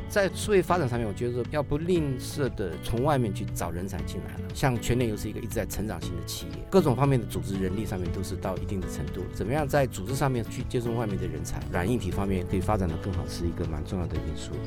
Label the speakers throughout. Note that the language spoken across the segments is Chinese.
Speaker 1: 在数位发展上面，我觉得要不吝啬的从外面去找人才进来了。像全联又是一个一直在成长型的企业，各种方面的组织人力上面都是到一定的程度，怎么样在组织上面去接触外面的人才，软硬体方面可以发展得更好，是一个蛮重要的因素。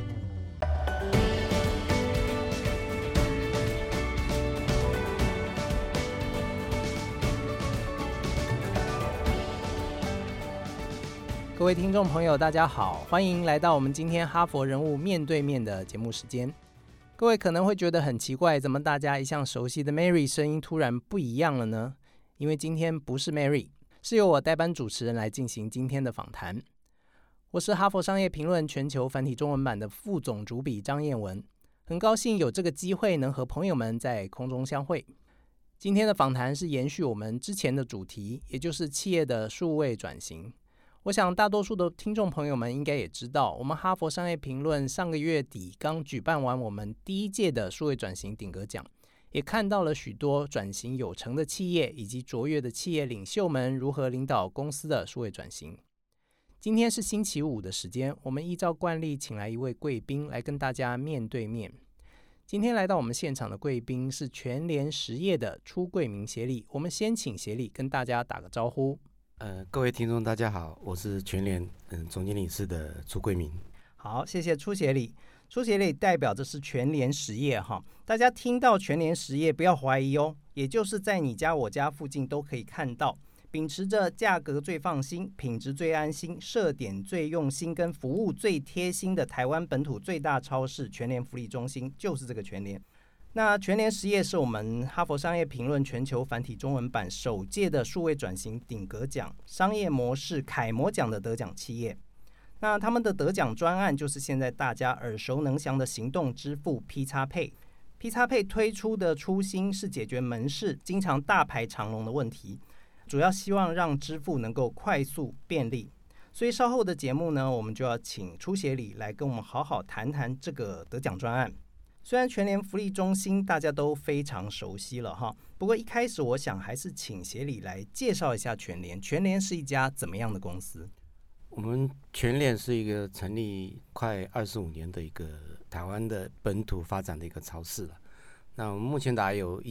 Speaker 2: 各位听众朋友大家好，欢迎来到我们今天哈佛人物面对面的节目时间。各位可能会觉得很奇怪，怎么大家一向熟悉的 Mary 声音突然不一样了呢？因为今天不是 Mary， 是由我代班主持人来进行今天的访谈。我是哈佛商业评论全球繁体中文版的副总主笔张彦文，很高兴有这个机会能和朋友们在空中相会。今天的访谈是延续我们之前的主题，也就是企业的数位转型。我想大多数的听众朋友们应该也知道，我们哈佛商业评论上个月底刚举办完我们第一届的数位转型顶格奖，也看到了许多转型有成的企业以及卓越的企业领袖们如何领导公司的数位转型。今天是星期五的时间，我们依照惯例请来一位贵宾来跟大家面对面。今天来到我们现场的贵宾是全联实业的初桂明协理，我们先请协理跟大家打个招呼。
Speaker 1: 各位听众大家好，我是全联总经理室的朱桂明。
Speaker 2: 好，谢谢初协理。初协理代表的是全联实业哈，大家听到全联实业不要怀疑哦，也就是在你家我家附近都可以看到，秉持着价格最放心、品质最安心、设点最用心跟服务最贴心的台湾本土最大超市全联福利中心，就是这个全联。那全联实业是我们哈佛商业评论全球繁体中文版首届的数位转型顶格奖商业模式楷模奖的得奖企业。那他们的得奖专案就是现在大家耳熟能详的行动支付 P-Pay。P-Pay 推出的初心是解决门市经常大排长龙的问题，主要希望让支付能够快速便利。所以稍后的节目呢，我们就要请初协理来跟我们好好谈谈这个得奖专案。虽然全联福利中心大家都非常熟悉了哈，不过一开始我想还是请协理来介绍一下全联。全联是一家怎么样的公司？
Speaker 1: 我们全联是一个成立快25年的一个台湾的本土发展的一个超市了。那我们目前大概有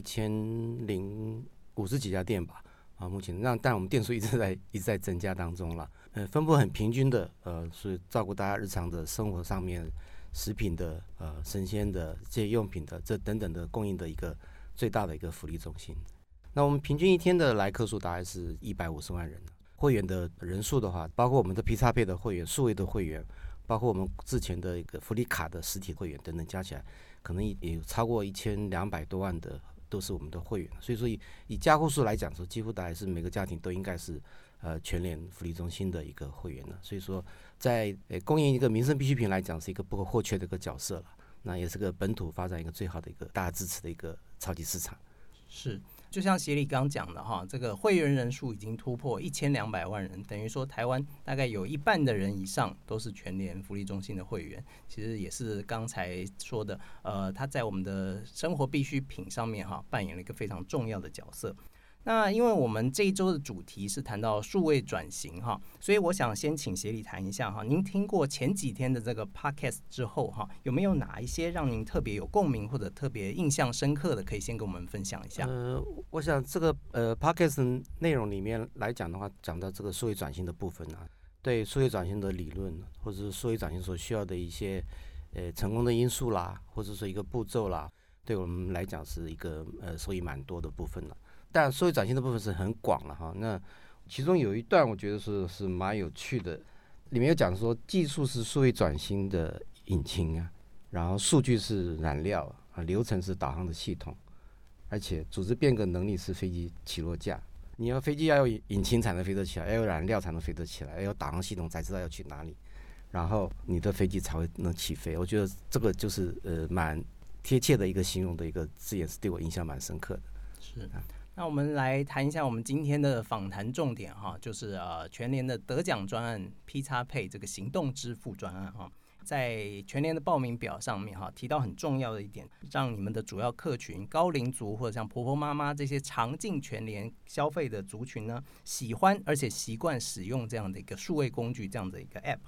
Speaker 1: 1050几家店吧，目前但我们店数一直在增加当中了。分布很平均的，是照顾大家日常的生活上面。食品的、生鲜的这些用品的这等等的供应的一个最大的一个福利中心。那我们平均一天的来客数大概是150万人，会员的人数的话，包括我们的 P-Pay 的会员、数位的会员，包括我们之前的一个福利卡的实体会员等等，加起来可能也有超过1200多万的都是我们的会员。所以说以家户数来讲说，几乎大概是每个家庭都应该是全联福利中心的一个会员了。所以说在供应一个民生必需品来讲，是一个不可或缺的一个角色了。那也是个本土发展一个最好的一个大家支持的一个超级市场。
Speaker 2: 是，就像协理刚讲的哈，这个会员人数已经突破1200万人，等于说台湾大概有一半的人以上都是全联福利中心的会员。其实也是刚才说的，他在我们的生活必需品上面哈扮演了一个非常重要的角色。那因为我们这一周的主题是谈到数位转型哈，所以我想先请协理谈一下哈，您听过前几天的这个 podcast 之后哈，有没有哪一些让您特别有共鸣或者特别印象深刻的，可以先跟我们分享一下？
Speaker 1: 我想这个podcast 内容里面来讲的话，讲到这个数位转型的部分啊，对数位转型的理论或者是数位转型所需要的一些成功的因素啦，或者说一个步骤啦，对我们来讲是一个收益蛮多的部分了。但数位转型的部分是很广了哈，那其中有一段我觉得是蛮有趣的，里面有讲说技术是数位转型的引擎啊，然后数据是燃料啊，流程是导航的系统，而且组织变革能力是飞机起落架。你要飞机要有引擎才能飞得起来，要有燃料才能飞得起来，要有导航系统才知道要去哪里，然后你的飞机才会能起飞。我觉得这个就是蛮贴切的一个形容的一个字眼，是对我印象蛮深刻的。
Speaker 2: 是。那我们来谈一下我们今天的访谈重点哈，就是全联的得奖专案 P-Pay 这个行动支付专案哈，在全联的报名表上面哈提到很重要的一点，让你们的主要客群高龄族或者像婆婆妈妈这些常进全联消费的族群呢，喜欢而且习惯使用这样的一个数位工具，这样的一个 App。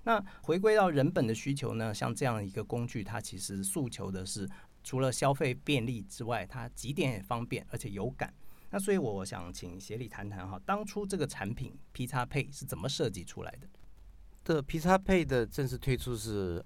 Speaker 2: 那回归到人本的需求呢，像这样一个工具，它其实诉求的是除了消费便利之外，它集点也方便，而且有感。那所以我想请协理谈谈哈，当初这个产品 P-Pay 是怎么设计出来的？
Speaker 1: 的 P-Pay 的正式推出是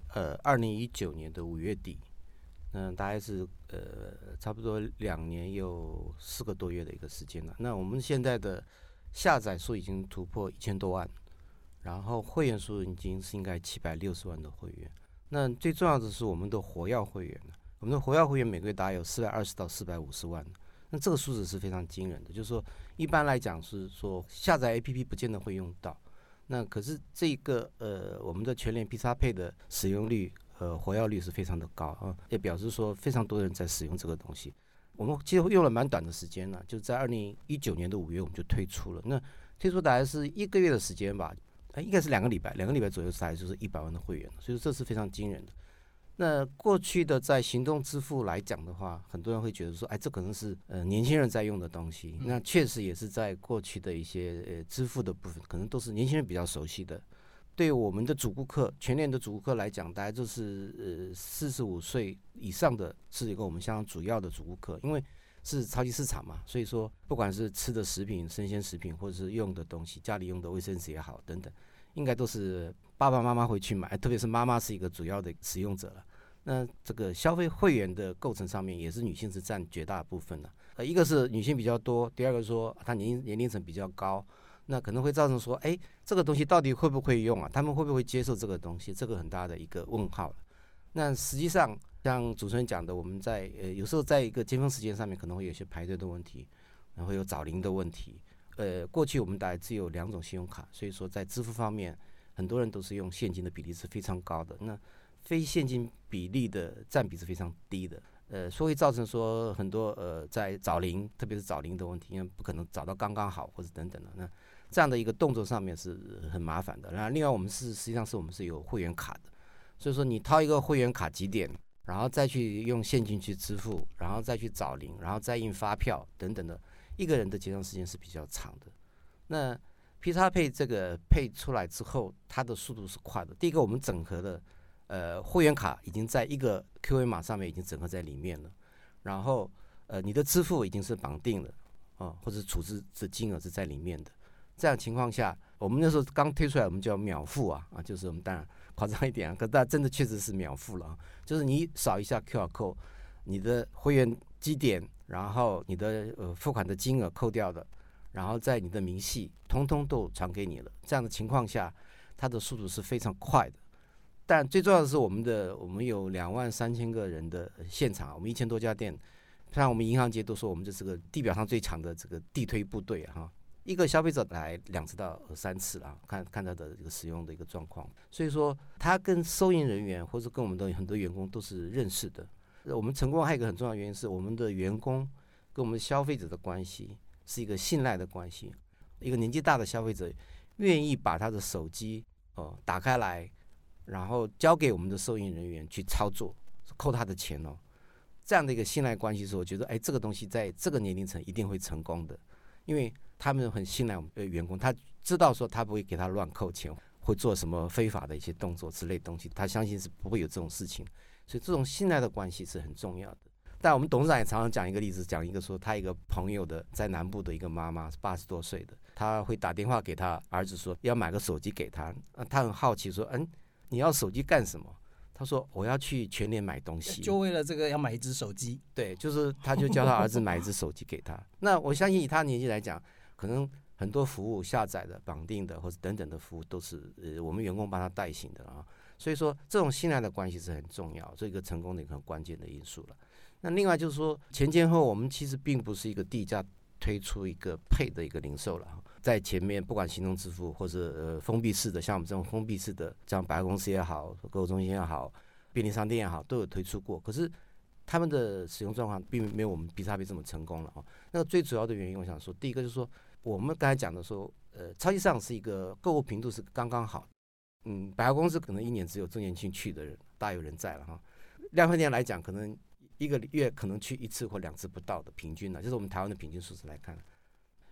Speaker 1: 2019年的5月底，大概是差不多2年又4个多月的一个时间了。那我们现在的下载数已经突破1000多万，然后会员数已经是应该760万的会员。那最重要的是我们的活跃会员，我们的活跃会员每个月大概有420到450万。那这个数字是非常惊人的，就是说一般来讲是说下载 APP 不见得会用到。那可是这个我们的全联 P-Pay 的使用率活跃率是非常的高啊，也表示说非常多人在使用这个东西。我们其实用了蛮短的时间了，就在2019年的5月我们就推出了。那推出大概是1个月的时间吧，应该是2个礼拜左右，大概就是100万的会员，所以这是非常惊人的。那过去的在行动支付来讲的话，很多人会觉得说，这可能是年轻人在用的东西。那确实也是在过去的一些支付的部分，可能都是年轻人比较熟悉的。对我们的主顾客，全联的主顾客来讲，大概就是45岁以上的是一个我们相当主要的主顾客，因为是超级市场嘛，所以说不管是吃的食品、生鲜食品，或者是用的东西，家里用的卫生纸也好等等，应该都是爸爸妈妈会去买，特别是妈妈是一个主要的使用者了。那这个消费会员的构成上面，也是女性是占绝大部分的。一个是女性比较多，第二个说她年龄层比较高，那可能会造成说，这个东西到底会不会用啊？他们会不会接受这个东西？这个很大的一个问号了。那实际上，像主持人讲的，我们在有时候在一个尖峰时间上面，可能会有些排队的问题，然后有找零的问题。过去我们大概只有2种信用卡，所以说在支付方面，很多人都是用现金的比例是非常高的。那非现金比例的占比是非常低的，所以会造成说很多在找零，特别是找零的问题，因为不可能找到刚刚好或者等等的，那这样的一个动作上面是很麻烦的。然后另外我们实际上我们是有会员卡的，所以说你掏一个会员卡集点，然后再去用现金去支付，然后再去找零，然后再印发票等等的，一个人的结账时间是比较长的。那 P-Pay 这个配出来之后，它的速度是快的。第一个，我们整合的会员卡已经在一个 QA 码上面已经整合在里面了，然后你的支付已经是绑定了或者处置的金额是在里面的。这样情况下，我们那时候刚推出来，我们叫秒付就是我们当然夸张一点可大家真的确实是秒付了就是你扫一下 QR code， 你的会员基点，然后你的付款的金额扣掉的，然后在你的明细通通都传给你了。这样的情况下，它的速度是非常快的。但最重要的是，我们有23000个人的现场，我们1000多家店，像我们银行界都说我们这是个地表上最强的这个地推部队一个消费者来2次到3次了，看他的这个使用的一个状况。所以说，他跟收银人员或者跟我们的很多员工都是认识的。我们成功还有一个很重要的原因是，我们的员工跟我们消费者的关系是一个信赖的关系。一个年纪大的消费者愿意把他的手机打开来，然后交给我们的收银人员去操作，扣他的钱这样的一个信赖关系是我觉得这个东西在这个年龄层一定会成功的，因为他们很信赖我们的员工，他知道说他不会给他乱扣钱，会做什么非法的一些动作之类的东西，他相信是不会有这种事情，所以这种信赖的关系是很重要的。但我们董事长也常常讲一个例子，讲一个说他一个朋友的在南部的一个妈妈，80多岁的，他会打电话给他儿子说要买个手机给他，他很好奇说你要手机干什么？他说我要去全联买东西，
Speaker 2: 就为了这个要买一只手机。
Speaker 1: 对，就是他就叫他儿子买一只手机给他。那我相信以他年纪来讲，可能很多服务下载的、绑定的或者等等的服务都是我们员工帮他代行的所以说这种信赖的关系是很重要，这个成功的一个很关键的因素了。那另外就是说前后我们其实并不是一个低价推出一个配的一个零售了，在前面不管行动支付或者封闭式的，像我们这种封闭式的，像百货公司也好、购物中心也好、便利商店也好，都有推出过。可是他们的使用状况并没有我们 P-Pay 这么成功了那个最主要的原因，我想说，第一个就是说，我们刚才讲的说，超级市场是一个购物频度是刚刚好。百货公司可能1年只有周年庆去的人大有人在了量贩店来讲，可能1个月可能去1次或2次不到的平均就是我们台湾的平均数字来看。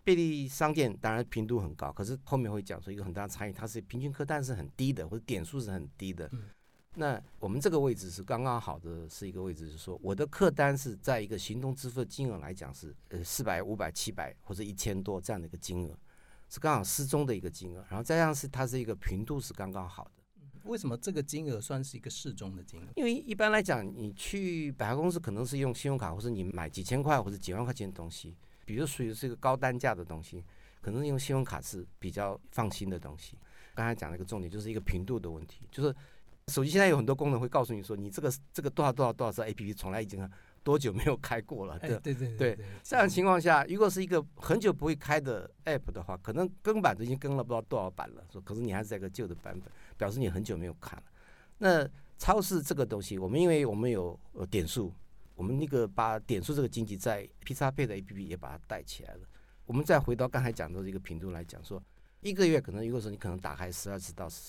Speaker 1: 便利商店当然频度很高，可是后面会讲说一个很大的差异，它是平均客单是很低的，或者点数是很低的。那我们这个位置是刚刚好的，是一个位置，是说我的客单是在一个行动支付的金额来讲是400、500、700或者1000多这样的一个金额，是刚好适中的一个金额，然后再加上是它是一个频度是刚刚好的。
Speaker 2: 为什么这个金额算是一个适中的金额？
Speaker 1: 因为一般来讲，你去百货公司可能是用信用卡，或者你买几千块或者几万块钱的东西，比如属于是一个高单价的东西，可能用信用卡是比较放心的东西。刚才讲了一个重点，就是一个频度的问题，就是手机现在有很多功能会告诉你说，你这个多少是 APP 从来已经多久没有开过了。对，这样的情况下，如果是一个很久不会开的 App 的话，可能更版都已经更了不知道多少版了，可是你还是在一个旧的版本，表示你很久没有看了。那超市这个东西，因为我们有点数，我们那个把点数这个经济在 Pizza Pay 的 APP 也把它带起来了。我们再回到刚才讲的这个频度来讲说，一个月可能如果说你可能打开12次到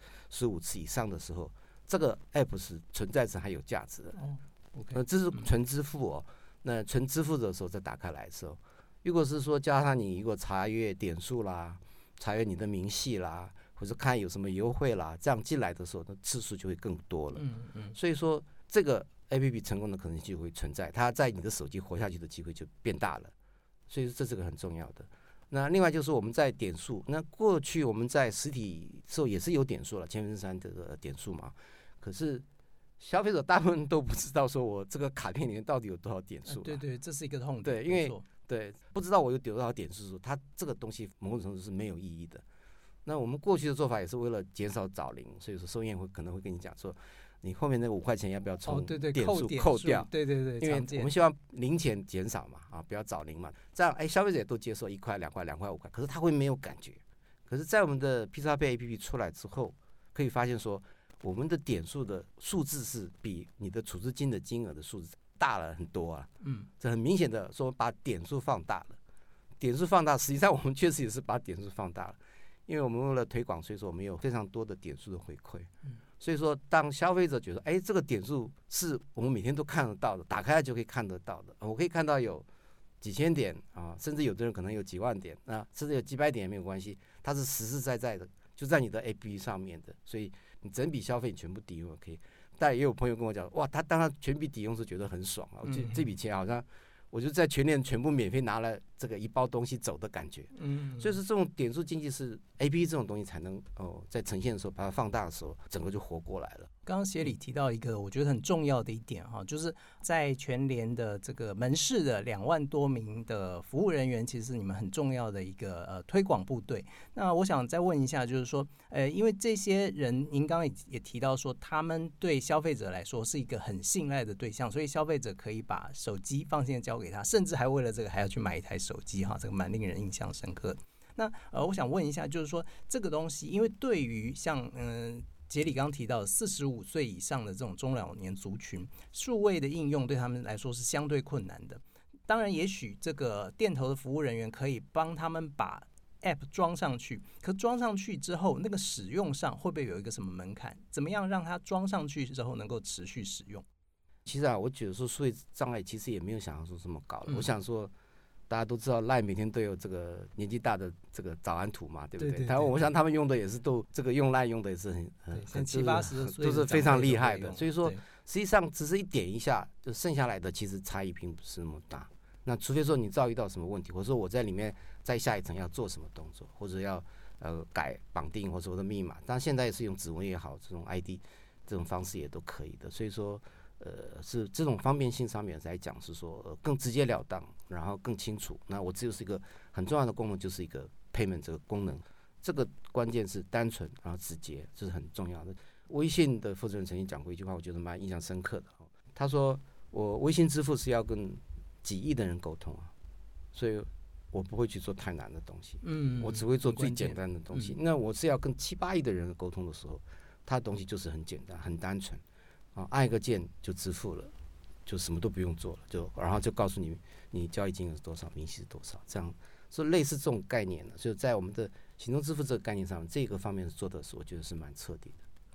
Speaker 1: 15次以上的时候，这个 App 是存在着还有价值的。这是纯支付哦。那纯支付的时候再打开来的时候，如果是说加上你如果查阅点数啦，查阅你的明细啦，或者看有什么优惠啦，这样进来的时候，那次数就会更多了。所以说这个 APP 成功的可能性就会存在，它在你的手机活下去的机会就变大了。所以这是个很重要的。那另外就是我们在点数，那过去我们在实体时候也是有点数了，千分之3的点数嘛，可是消费者大部分都不知道说我这个卡片里面到底有多少点数。
Speaker 2: 对，这是一个痛点。
Speaker 1: 对，因为不知道我有多少点数，它这个东西某种程度是没有意义的。那我们过去的做法也是为了减少找零，所以说收银可能会跟你讲说，你后面那5块钱要不要从点数扣掉？
Speaker 2: 对，
Speaker 1: 因为我们希望零钱减少嘛，不要找零嘛，这样消费者也都接受1块、2块、2块、5块，可是他会没有感觉。可是，在我们的 Pizza Pay APP 出来之后，可以发现说，我们的点数的数字是比你的储值金的金额的数字大了很多啊。这很明显的说把点数放大了，点数放大，实际上我们确实也是把点数放大了。因为我们为了推广，所以说我们有非常多的点数的回馈。所以说当消费者觉得这个点数是我们每天都看得到的，打开来就可以看得到的，我可以看到有几千点甚至有的人可能有几万点，甚至有几百点也没有关系，它是实实在在的就在你的 APP 上面的，所以你整笔消费你全部抵用可以。但也有朋友跟我讲，哇，他当他全笔抵用是觉得很爽啊，这笔钱好像我就在全年全部免费拿了这个一包东西走的感觉。所以说这种点数经济是 APP 这种东西才能在呈现的时候把它放大的时候，整个就活过来了。
Speaker 2: 刚刚协理提到一个我觉得很重要的一点就是在全联的这个门市的2万多名的服务人员，其实是你们很重要的一个推广部队。那我想再问一下，就是说因为这些人您刚刚也提到说他们对消费者来说是一个很信赖的对象，所以消费者可以把手机放心的交给他，甚至还为了这个还要去买一台手机这个蛮令人印象深刻的。那我想问一下，就是说这个东西因为对于像杰里刚刚提到的45岁以上的这种中老年族群，数位的应用对他们来说是相对困难的。当然也许这个店头的服务人员可以帮他们把 App 装上去，可装上去之后那个使用上会不会有一个什么门槛？怎么样让它装上去之后能够持续使用？
Speaker 1: 其实我觉得说数位障碍其实也没有想象中这么高了。我想说大家都知道 LINE 每天都有这个年纪大的这个早安图嘛，对不对？
Speaker 2: 对，
Speaker 1: 我想他们用的也是都这个用 LINE 用的也是很
Speaker 2: 70-80岁
Speaker 1: 都是非常厉害的。所以说实际上只是一点一下，就剩下来的其实差异并不是那么大。那除非说你遭遇到什么问题，或者说我在里面再下一层要做什么动作，或者要改绑定或者我的密码，当然现在也是用指纹也好，这种 ID 这种方式也都可以的。所以说是这种方便性上面来讲是说更直截了当，然后更清楚。那我只有是一个很重要的功能，就是一个 payment 这个功能，这个关键是单纯然后直接，这是很重要的。微信的负责人曾经讲过一句话，我觉得蛮印象深刻的。他说我微信支付是要跟几亿的人沟通所以我不会去做太难的东西，我只会做最简单的东西。那我是要跟7-8亿的人沟通的时候，他的东西就是很简单很单纯按一个键就支付了，就什么都不用做了，然后就告诉你交易金额是多少，明细是多少，这样所以类似这种概念的，所以在我们的行动支付这个概念上，这个方面做的是我觉得是蛮彻底的。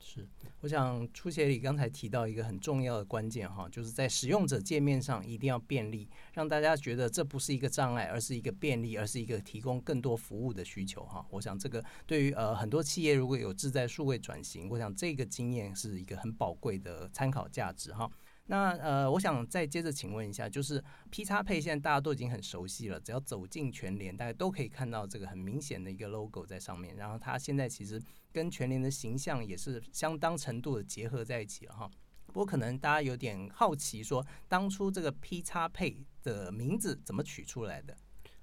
Speaker 2: 是，我想初协理刚才提到一个很重要的关键哈，就是在使用者界面上一定要便利，让大家觉得这不是一个障碍，而是一个便利，而是一个提供更多服务的需求哈。我想这个对于很多企业如果有志在数位转型，我想这个经验是一个很宝贵的参考价值哈。那我想再接着请问一下，就是 PXPay 现在大家都已经很熟悉了，只要走进全联，大家都可以看到这个很明显的一个 logo 在上面，然后它现在其实跟全联的形象也是相当程度的结合在一起了哈。不过可能大家有点好奇说，当初这个 PXPay 的名字怎么取出来的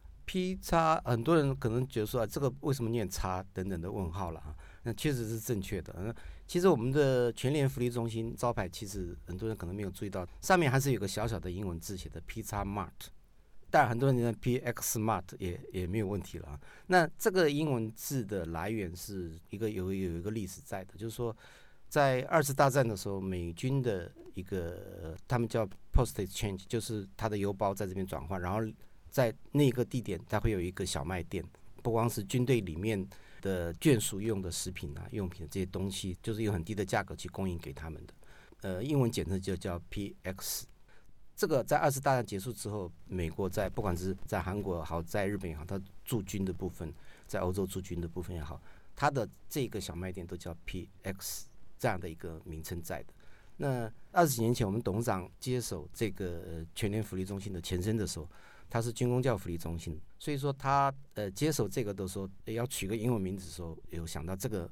Speaker 1: ？P 很多人可能觉得说这个为什么念叉等等的问号了哈，那确实是正确的。其实我们的全联福利中心招牌，其实很多人可能没有注意到，上面还是有个小小的英文字写的 Pizza Mart， 当然很多人觉得 PX Mart 也没有问题了。那这个英文字的来源是有一个历史在的，就是说在2次大战的时候，美军的一个他们叫 Postage Change， 就是他的邮包在这边转换，然后在那个地点它会有一个小卖店，不光是军队里面的眷属用的食品用品这些东西，就是用很低的价格去供应给他们的。英文简称就叫 PX。这个在2次大战结束之后，美国不管是在韩国也好，在日本也好，它驻军的部分，在欧洲驻军的部分也好，它的这个小卖店都叫 PX 这样的一个名称在的。那20几年前，我们董事长接手这个全联福利中心的前身的时候，他是军公教福利中心，所以说他接手这个的时候，要取个英文名字的时候，有想到这个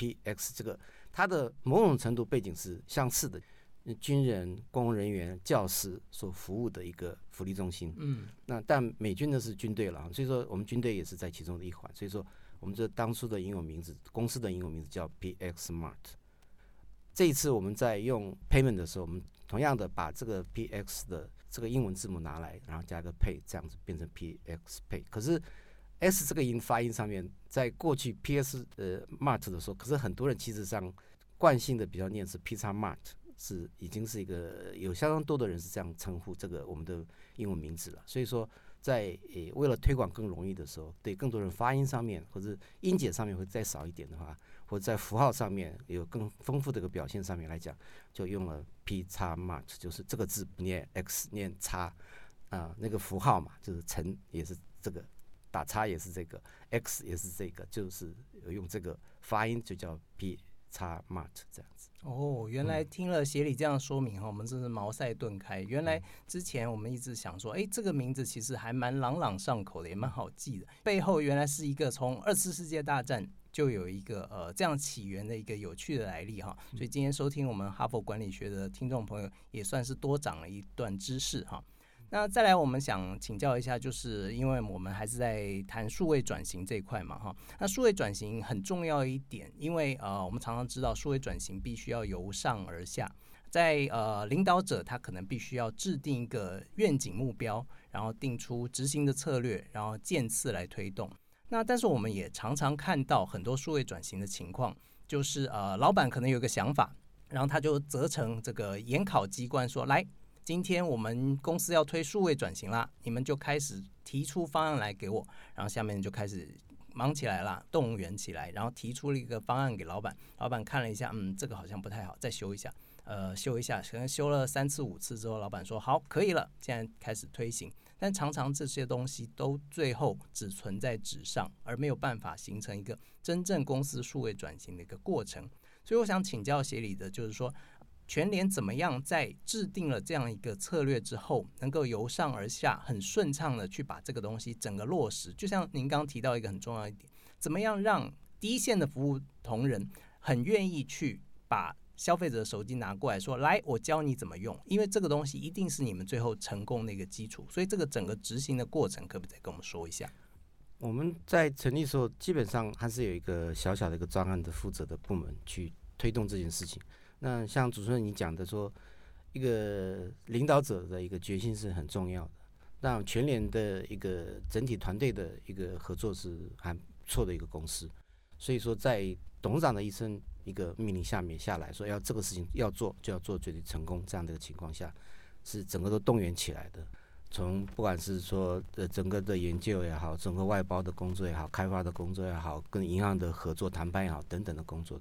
Speaker 1: PX 这个，它的某种程度背景是相似的，军人、公务人员、教师所服务的一个福利中心。但美军的是军队了，所以说我们军队也是在其中的一环，所以说我们这当初的英文名字，公司的英文名字叫 PX Mart。这一次我们在用 payment 的时候，我们同样的把这个 PX 的这个英文字母拿来，然后加个 pay， 这样子变成 PX Pay。可是 S 这个发音上面，在过去 PS Mart 的时候，可是很多人其实上惯性的比较念是 Pizza Mart， 是已经是一个有相当多的人是这样称呼这个我们的英文名字了。所以说在为了推广更容易的时候，对更多人发音上面或者音节上面会再少一点的话，或者在符号上面有更丰富的一个表现上面来讲，就用了 Pizza Mart， 就是这个字不念 X 念叉那个符号嘛，就是乘也是这个，打叉也是这个， X 也是这个，就是用这个发音就叫 Pizza Mart 这样子。
Speaker 2: 原来听了协理这样说明我们真是茅塞顿开。原来之前我们一直想说，这个名字其实还蛮朗朗上口的，也蛮好记的。背后原来是一个从2次世界大战就有一个这样起源的一个有趣的来历哈。所以今天收听我们哈佛管理学的听众朋友，也算是多长了一段知识哈。那再来，我们想请教一下，就是因为我们还是在谈数位转型这一块嘛，哈。那数位转型很重要一点，因为我们常常知道，数位转型必须要由上而下，在领导者他可能必须要制定一个愿景目标，然后定出执行的策略，然后渐次来推动。那但是我们也常常看到很多数位转型的情况，就是老板可能有个想法，然后他就责成这个研考机关说，来，今天我们公司要推数位转型啦，你们就开始提出方案来给我，然后下面就开始忙起来了，动员起来，然后提出了一个方案给老板，老板看了一下，这个好像不太好，再修一下，修一下，可能修了3次5次之后，老板说好，可以了，现在开始推行。但常常这些东西都最后只存在纸上，而没有办法形成一个真正公司数位转型的一个过程。所以我想请教协理的就是说，全联怎么样在制定了这样一个策略之后，能够由上而下很顺畅的去把这个东西整个落实？就像您刚刚提到一个很重要一点，怎么样让第一线的服务同仁很愿意去把消费者的手机拿过来说，来，我教你怎么用，因为这个东西一定是你们最后成功的一个基础。所以这个整个执行的过程，可不可以再跟我们说一下？
Speaker 1: 我们在成立的时候，基本上还是有一个小小的一个专案的负责的部门去推动这件事情。那像主持人你讲的说，一个领导者的一个决心是很重要的，让全联的一个整体团队的一个合作是还不错的一个公司。所以说在董事长的一声一个命令下来说，要这个事情要做就要做绝对成功，这样的一个情况下，是整个都动员起来的。从不管是说整个的研究也好，整个外包的工作也好，开发的工作也好，跟银行的合作谈判也好等等的工作，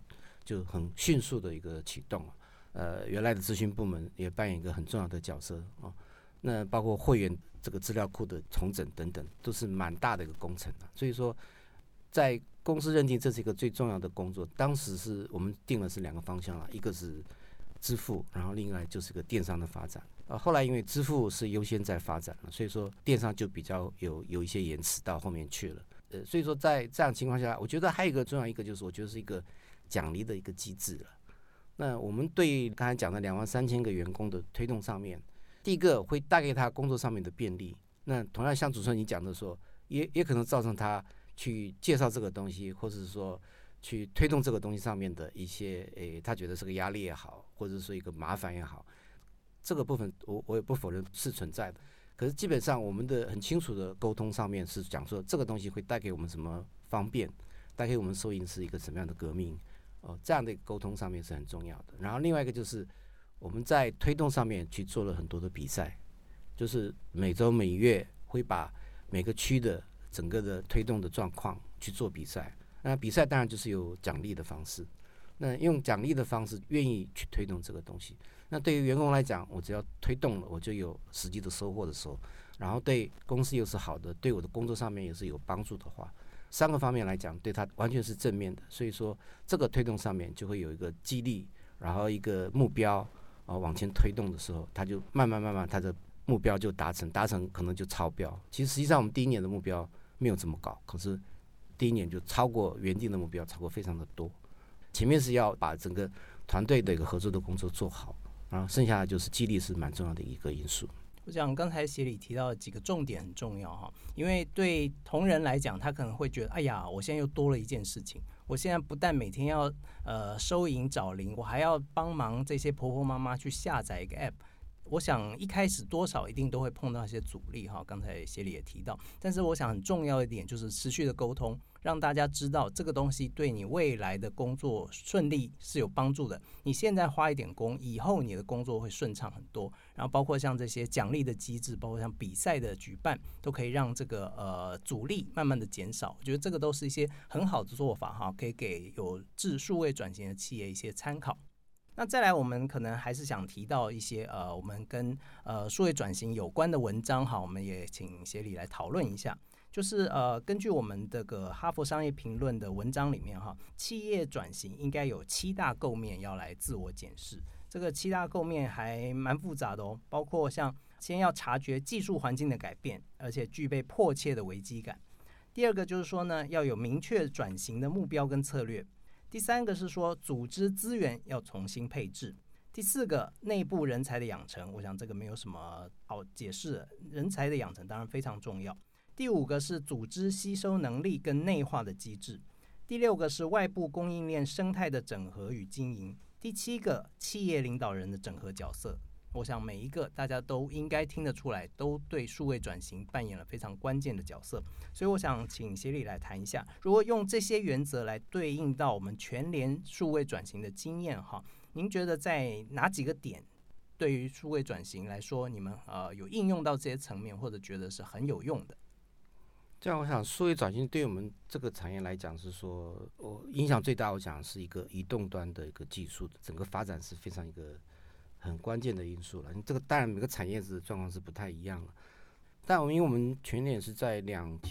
Speaker 1: 就很迅速的一个启动。原来的资讯部门也扮演一个很重要的角色那包括会员这个资料库的重整等等，都是蛮大的一个工程所以说，在公司认定这是一个最重要的工作，当时是我们定的是2个方向一个是支付，然后另外就是个电商的发展。后来因为支付是优先在发展了，所以说电商就比较有一些延迟到后面去了。所以说在这样情况下，我觉得还有一个重要一个就是，我觉得是一个奖励的一个机制了。那我们对刚才讲的23000个员工的推动上面，第一个会带给他工作上面的便利。那同样像主持人你讲的说，也可能造成他去介绍这个东西，或者是说去推动这个东西上面的一些他觉得是个压力也好，或者是一个麻烦也好，这个部分我也不否认是存在的。可是基本上我们的很清楚的沟通上面是讲说，这个东西会带给我们什么方便，带给我们收银是一个什么样的革命这样的沟通上面是很重要的。然后另外一个就是我们在推动上面去做了很多的比赛，就是每周每月会把每个区的整个的推动的状况去做比赛。那比赛当然就是有奖励的方式，那用奖励的方式愿意去推动这个东西。那对于员工来讲，我只要推动了，我就有实际的收获的时候，然后对公司又是好的，对我的工作上面也是有帮助的话，3个方面来讲对他完全是正面的。所以说这个推动上面就会有一个激励，然后一个目标往前推动的时候，他就慢慢他的目标就达成可能就超标。其实实际上我们第1年的目标没有这么高，可是第1年就超过原定的目标，超过非常的多。前面是要把整个团队的一个合作的工作做好，然后剩下的就是激励是蛮重要的一个因素。
Speaker 2: 我想刚才协理提到的几个重点很重要因为对同仁来讲，他可能会觉得，哎呀，我现在又多了一件事情，我现在不但每天要收银找零，我还要帮忙这些婆婆妈妈去下载一个 app。我想一开始多少一定都会碰到一些阻力刚才协理也提到，但是我想很重要一点就是持续的沟通，让大家知道这个东西对你未来的工作顺利是有帮助的。你现在花一点工，以后你的工作会顺畅很多。然后包括像这些奖励的机制，包括像比赛的举办，都可以让这个阻力慢慢的减少。我觉得这个都是一些很好的做法可以给有志数位转型的企业一些参考。那再来，我们可能还是想提到一些我们跟数位转型有关的文章我们也请协理来讨论一下。就是根据我们这个哈佛商业评论的文章里面企业转型应该有7大构面要来自我检视。这个7大构面还蛮复杂的包括像先要察觉技术环境的改变，而且具备迫切的危机感。第2个就是说呢，要有明确转型的目标跟策略。第3个是说组织资源要重新配置。第4个内部人才的养成，我想这个没有什么好解释的，人才的养成当然非常重要。第5个是组织吸收能力跟内化的机制。第6个是外部供应链生态的整合与经营。第7个企业领导人的整合角色。我想每一个大家都应该听得出来，都对数位转型扮演了非常关键的角色。所以我想请协理来谈一下，如果用这些原则来对应到我们全联数位转型的经验您觉得在哪几个点对于数位转型来说，你们有应用到这些层面，或者觉得是很有用的？
Speaker 1: 这样我想数位转型对我们这个产业来讲是说影响最大，我想是一个移动端的一个技术的整个发展是非常一个很关键的因素了。这个当然每个产业的状况是不太一样了，但因为我们全联是在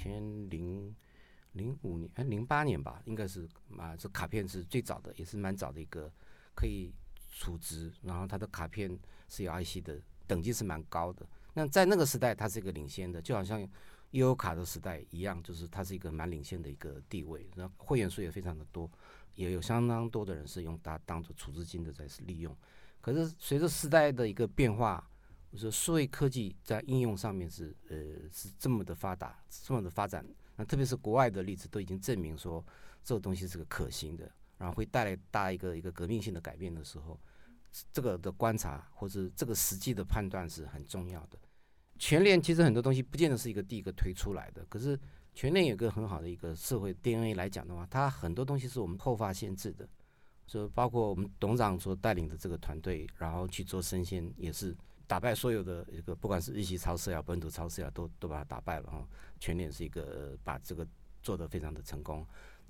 Speaker 1: 2005年08年吧，应该是这卡片是最早的，也是蛮早的一个可以储值，然后它的卡片是有 IC 的，等级是蛮高的。那在那个时代它是一个领先的，就好像悠游卡的时代一样，就是它是一个蛮领先的一个地位，然后会员数也非常的多，也有相当多的人是用它当做储值金的在利用。可是随着时代的一个变化，我说数位科技在应用上面是这么的发达，这么的发展。那特别是国外的例子都已经证明说这个东西是个可行的，然后会带来大一个革命性的改变的时候，这个的观察或者这个实际的判断是很重要的。全联其实很多东西不见得是第一个推出来的，可是全联有一个很好的一个社会 DNA 来讲的话，它很多东西是我们后发先至的，所以包括我们董事长所带领的这个团队，然后去做生鲜，也是打败所有的一个不管是日系超市本土超市都把它打败了全联是一个把这个做得非常的成功。那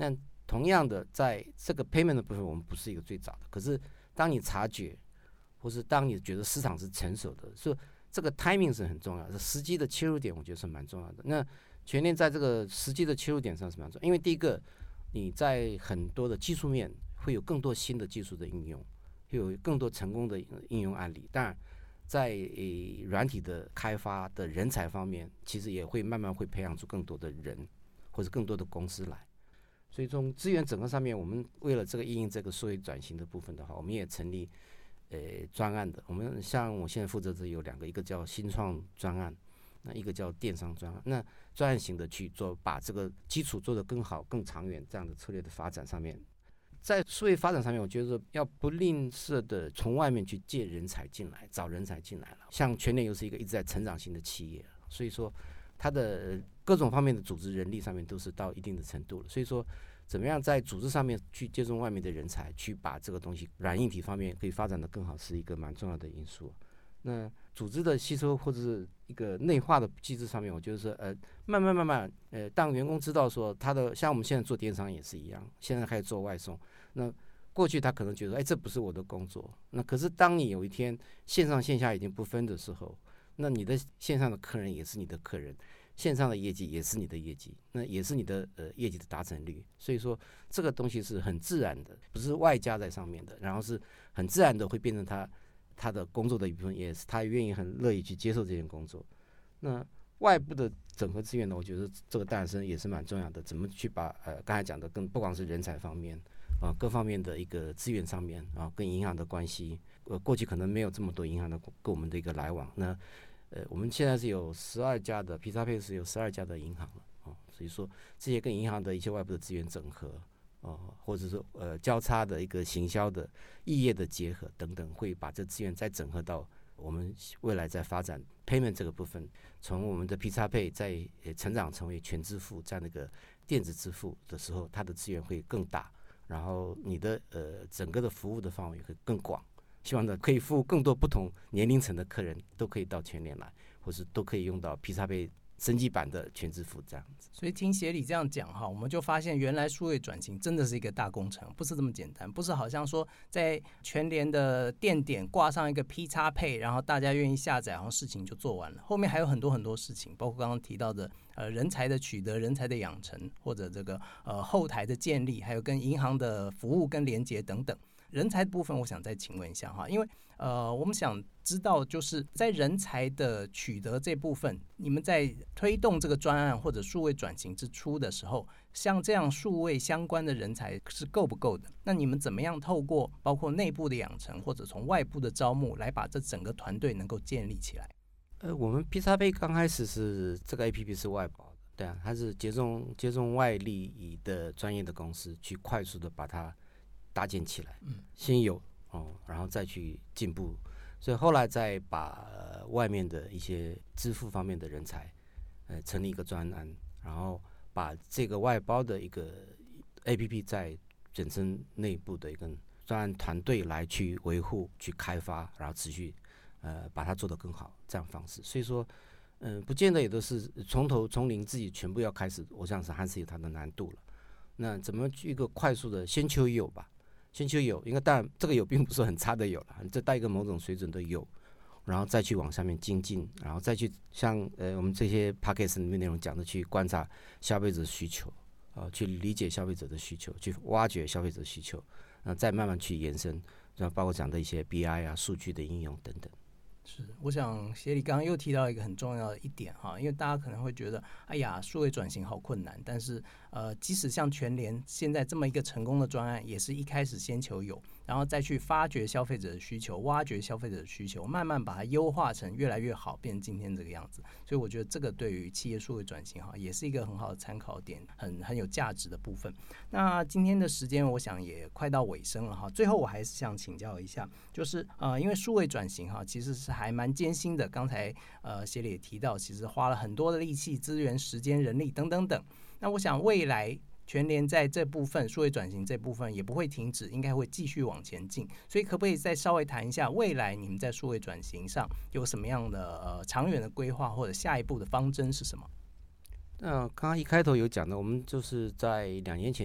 Speaker 1: 同样的，在这个 payment 的部分，我们不是一个最早的，可是当你察觉，或是当你觉得市场是成熟的，所以这个 timing 是很重要的，时机的切入点，我觉得是蛮重要的。那全联在这个时机的切入点上是蛮重要，因为第一个，你在很多的技术面会有更多新的技术的应用，会有更多成功的应用案例。当然，在软体的开发的人才方面，其实也会慢慢会培养出更多的人，或者更多的公司来。所以从资源整合上面，我们为了这个因应这个数位转型的部分的话，我们也成立专案的。我们像我现在负责的有2个，一个叫新创专案，那一个叫电商专案。那专案型的去做，把这个基础做得更好、更长远这样的策略的发展上面，在数位发展上面，我觉得要不吝啬的从外面去借人才进来，找人才进来了。像全联又是一个一直在成长型的企业，所以说它的各种方面的组织人力上面都是到一定的程度了。所以说，怎么样在组织上面去接触外面的人才，去把这个东西软硬体方面可以发展得更好，是一个蛮重要的因素。那组织的吸收或者是一个内化的机制上面，我觉得是慢慢，当员工知道说他的，像我们现在做电商也是一样，现在开始做外送，那过去他可能觉得，这不是我的工作。那可是当你有一天线上线下已经不分的时候，那你的线上的客人也是你的客人，线上的业绩也是你的业绩，那也是你的业绩的达成率。所以说这个东西是很自然的，不是外加在上面的，然后是很自然的会变成他的工作的一部分，也是他愿意很乐意去接受这件工作。那外部的整合资源呢，我觉得这个当然是也是蛮重要的，怎么去把刚才讲的不光是人才方面各方面的一个资源上面跟银行的关系，过去可能没有这么多银行的跟我们的一个来往。那我们现在是有12家的P2P是有12家的银行了所以说这些跟银行的一些外部的资源整合或者是交叉的一个行销的异业的结合等等，会把这资源再整合到我们未来在发展 payment 这个部分，从我们的 P2P 在成长成为全支付这样的一个电子支付的时候，它的资源会更大，然后你的整个的服务的范围会更广，希望呢可以服务更多不同年龄层的客人都可以到全联来，或是都可以用到 P2P 升级版的全支付这样子。
Speaker 2: 所以听协理这样讲哈，我们就发现原来数位转型真的是一个大工程，不是这么简单，不是好像说在全联的店点挂上一个 P2P， 然后大家愿意下载，然后事情就做完了。后面还有很多很多事情，包括刚刚提到的人才的取得、人才的养成，或者这个后台的建立，还有跟银行的服务跟连结等等。人才的部分我想再请问一下哈，因为我们想知道就是在人才的取得这部分，你们在推动这个专案或者数位转型之初的时候，像这样数位相关的人才是够不够的？那你们怎么样透过包括内部的养成或者从外部的招募来把这整个团队能够建立起来？
Speaker 1: 我们 P2P 刚开始是这个 APP 是外包的，对啊，它是接种外力的专业的公司去快速的把它搭建起来，先有然后再去进步，所以后来再把外面的一些支付方面的人才成立一个专案，然后把这个外包的一个 APP 再整成内部的一个专案团队来去维护、去开发，然后持续把它做得更好这样方式。所以说不见得也都是从零自己全部要开始，我想是还是有它的难度了。那怎么去一个快速的先求有吧？先求有，应该当然这个有并不是很差的有了，这带一个某种水准的有，然后再去往上面精进，然后再去像我们这些 podcast 里面内容讲的，去观察消费者需求去理解消费者的需求，去挖掘消费者的需求，然后再慢慢去延伸，然后包括讲的一些 BI 数据的应用等等。
Speaker 2: 是，我想协理刚刚又提到一个很重要的一点哈，因为大家可能会觉得，哎呀，数位转型好困难，但是即使像全联现在这么一个成功的专案，也是一开始先求有，然后再去发掘消费者的需求，挖掘消费者的需求，慢慢把它优化成越来越好，变成今天这个样子。所以我觉得这个对于企业数位转型哈，也是一个很好的参考点，很有价值的部分。那今天的时间我想也快到尾声了哈，最后我还是想请教一下，就是因为数位转型哈，其实是还蛮艰辛的。刚才协理也提到，其实花了很多的力气、资源、时间、人力等等等。那我想未来全联在这部分数位转型这部分也不会停止，应该会继续往前进。所以可不可以再稍微谈一下未来你们在数位转型上有什么样的长远的规划，或者下一步的方针是什么？
Speaker 1: 刚刚一开头有讲的，我们就是在2年前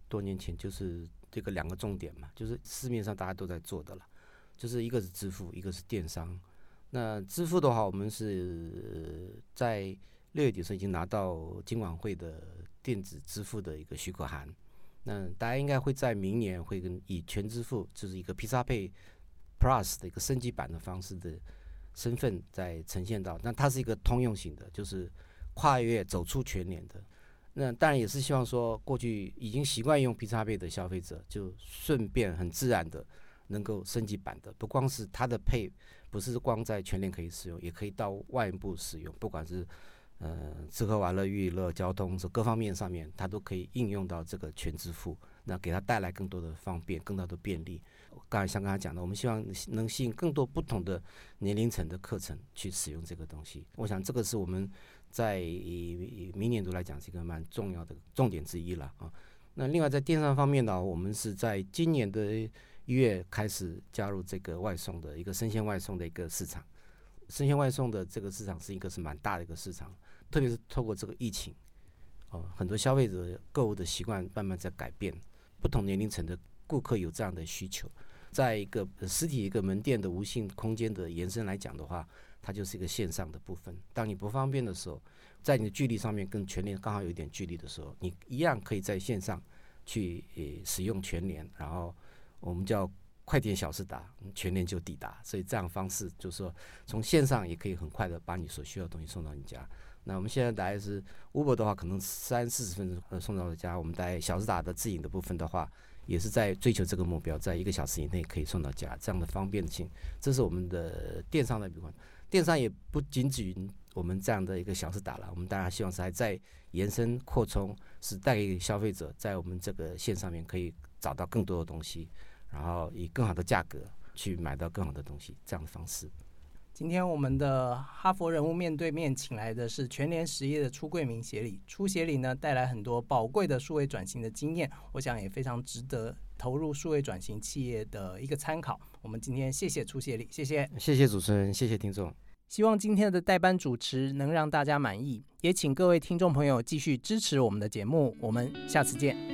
Speaker 1: 多年前就是这个2个重点嘛，就是市面上大家都在做的了，就是一个是支付，一个是电商。那支付的话，我们是在6月底的时候已经拿到金管会的电子支付的一个许可函。那大家应该会在明年会以全支付，就是一个 Pisapay Plus 的一个升级版的方式的身份在呈现到。那它是一个通用型的，就是跨越走出全联的。那当然也是希望说，过去已经习惯用 Pisapay 的消费者，就顺便很自然的能够升级版的，不光是它的配，不是光在全联可以使用，也可以到外部使用，不管是吃喝玩乐、娱乐、交通各方面上面，它都可以应用到这个全支付，那给它带来更多的方便、更多的便利。刚才讲的，我们希望能吸引更多不同的年龄层的课程去使用这个东西。我想这个是我们在明年度来讲是一个蛮重要的重点之一了啊。那另外在电商方面呢，我们是在今年的1月开始加入这个外送的一个生鲜外送的一个市场。生鲜外送的这个市场是蛮大的一个市场，特别是透过这个疫情，很多消费者购物的习惯慢慢在改变，不同年龄层的顾客有这样的需求。在一个实体一个门店的无性空间的延伸来讲的话，它就是一个线上的部分。当你不方便的时候，在你的距离上面跟全联刚好有一点距离的时候，你一样可以在线上去使用全联，然后我们叫快点小时达，全联就抵达。所以这样的方式就是说，从线上也可以很快的把你所需要的东西送到你家。那我们现在大概是 Uber 的话，可能30-40分钟送到家。我们在小时达的自营的部分的话，也是在追求这个目标，在1个小时以内可以送到家，这样的方便性，这是我们的电商的部分。电商也不仅止于我们这样的一个小时达了，我们当然希望是还在延伸扩充，是带给消费者在我们这个线上面可以找到更多的东西，然后以更好的价格去买到更好的东西，这样的方式。
Speaker 2: 今天我们的哈佛人物面对面请来的是全联实业的初桂明协理。初协理呢带来很多宝贵的数位转型的经验，我想也非常值得投入数位转型企业的一个参考。我们今天谢谢初协理，谢谢。
Speaker 1: 谢谢主持人，谢谢听众。
Speaker 2: 希望今天的代班主持能让大家满意，也请各位听众朋友继续支持我们的节目，我们下次见。